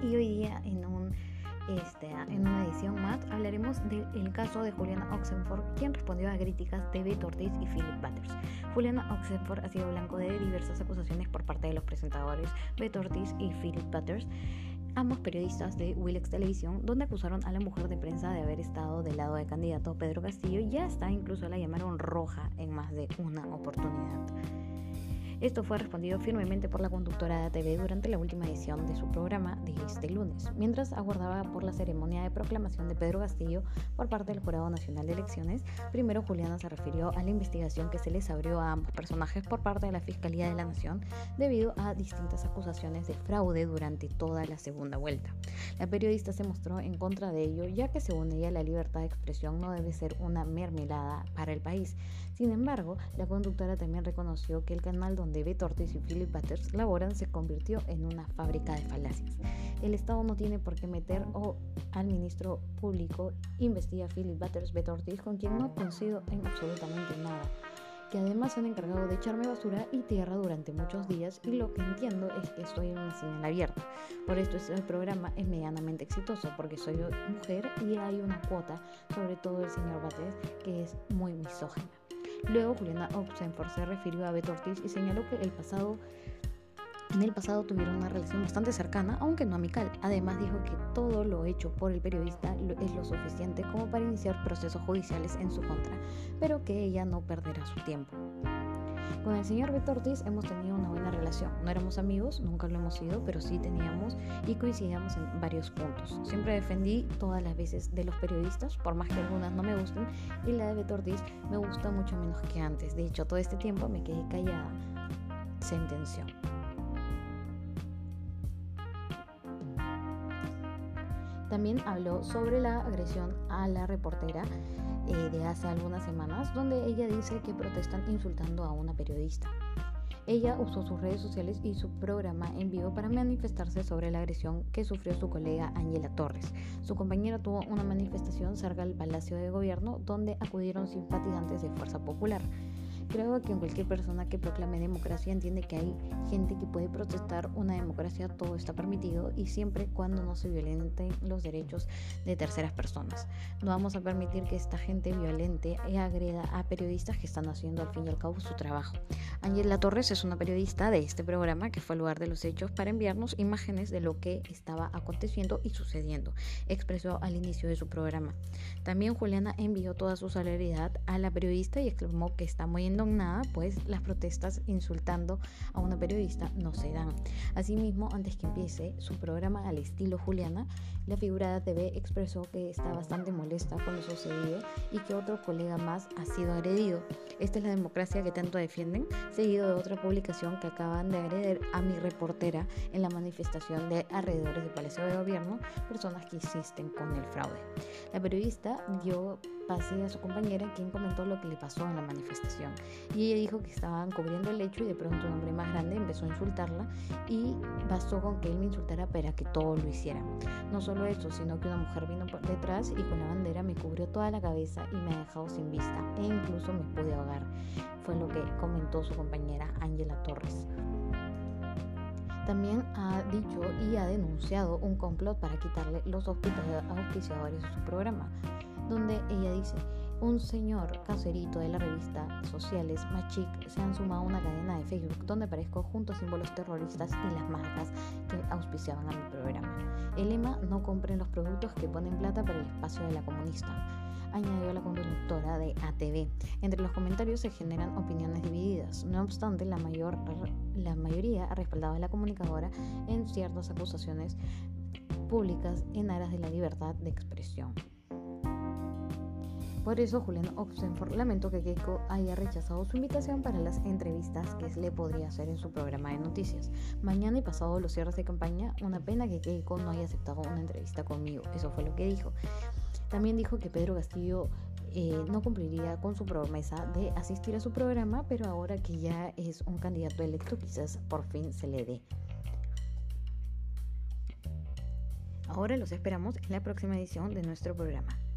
y hoy día en una edición más hablaremos del caso de Juliana Oxenford, quien respondió a críticas de Beto Ortiz y Philip Butters. Juliana Oxenford ha sido blanco de diversas acusaciones por parte de los presentadores Beto Ortiz y Philip Butters, ambos periodistas de Willax Televisión, donde acusaron a la mujer de prensa de haber estado del lado del candidato Pedro Castillo y hasta incluso la llamaron roja en más de una oportunidad. Esto fue respondido firmemente por la conductora de ATV durante la última edición de su programa de este lunes, mientras aguardaba por la ceremonia de proclamación de Pedro Castillo por parte del Jurado Nacional de Elecciones. Primero, Juliana se refirió a la investigación que se les abrió a ambos personajes por parte de la Fiscalía de la Nación debido a distintas acusaciones de fraude durante toda la segunda vuelta. La periodista se mostró en contra de ello, ya que según ella la libertad de expresión no debe ser una mermelada para el país. Sin embargo, la conductora también reconoció que el canal donde Beto Ortiz y Philip Butters laboran se convirtió en una fábrica de falacias. El Estado no tiene por qué meter al ministro público, investiga a Philip Butters, Beto Ortiz, con quien no coincido en absolutamente nada, que además se han encargado de echarme basura y tierra durante muchos días, y lo que entiendo es que estoy en una señal abierta. Por esto el programa es medianamente exitoso, porque soy mujer y hay una cuota, sobre todo el señor Butters, que es muy misógina. Luego, Juliana Oxenford se refirió a Beto Ortiz y señaló que en el pasado tuvieron una relación bastante cercana, aunque no amical. Además, dijo que todo lo hecho por el periodista es lo suficiente como para iniciar procesos judiciales en su contra, pero que ella no perderá su tiempo. Con el señor Beto Ortiz hemos tenido una buena relación. No éramos amigos, nunca lo hemos sido, pero sí teníamos y coincidíamos en varios puntos. Siempre defendí todas las veces de los periodistas, por más que algunas no me gusten, y la de Beto Ortiz me gusta mucho menos que antes. De hecho, todo este tiempo me quedé callada, sentenció. También habló sobre la agresión a la reportera de hace algunas semanas, donde ella dice que protestan insultando a una periodista. Ella usó sus redes sociales y su programa en vivo para manifestarse sobre la agresión que sufrió su colega Ángela Torres. Su compañera tuvo una manifestación cerca del Palacio de Gobierno, donde acudieron simpatizantes de Fuerza Popular. Creo que cualquier persona que proclame democracia entiende que hay gente que puede protestar. Una democracia, todo está permitido, y siempre cuando no se violenten los derechos de terceras personas. No vamos a permitir que esta gente violente y agreda a periodistas que están haciendo al fin y al cabo su trabajo. Ángela Torres es una periodista de este programa que fue al lugar de los hechos para enviarnos imágenes de lo que estaba aconteciendo y sucediendo, expresó al inicio de su programa. También Juliana envió toda su solidaridad a la periodista y exclamó que está muy indignada, pues las protestas insultando a una periodista no se dan. Asimismo, antes que empiece su programa al estilo Juliana, la figura de ATV expresó que está bastante molesta con lo sucedido y que otro colega más ha sido agredido. Esta es la democracia que tanto defienden, seguido de otra publicación que acaban de agredir a mi reportera en la manifestación de alrededores del Palacio de Gobierno, personas que insisten con el fraude. La periodista dio pase a su compañera, quien comentó lo que le pasó en la manifestación, y ella dijo que estaban cubriendo el hecho y de pronto un hombre más grande empezó a insultarla y bastó con que él me insultara para que todo lo hiciera. No solo eso, sino que una mujer vino por detrás y con la bandera me cubrió toda la cabeza y me ha dejado sin vista e incluso me pude ahogar, fue lo que comentó su compañera Ángela Torres. También ha dicho y ha denunciado un complot para quitarle los auspiciadores de su programa, donde ella dice: un señor caserito de la revista Sociales Machic se han sumado a una cadena de Facebook donde aparezco junto a símbolos terroristas y las marcas que auspiciaban a mi programa. El lema: no compren los productos que ponen plata para el espacio de la comunista, añadió la conductora de ATV. Entre los comentarios se generan opiniones divididas. No obstante, la mayoría ha respaldado a la comunicadora en ciertas acusaciones públicas en aras de la libertad de expresión. Por eso, Juliana Oxenford lamentó que Keiko haya rechazado su invitación para las entrevistas que le podría hacer en su programa de noticias. Mañana y pasado los cierres de campaña, una pena que Keiko no haya aceptado una entrevista conmigo. Eso fue lo que dijo. También dijo que Pedro Castillo no cumpliría con su promesa de asistir a su programa, pero ahora que ya es un candidato electo, quizás por fin se le dé. Ahora los esperamos en la próxima edición de nuestro programa.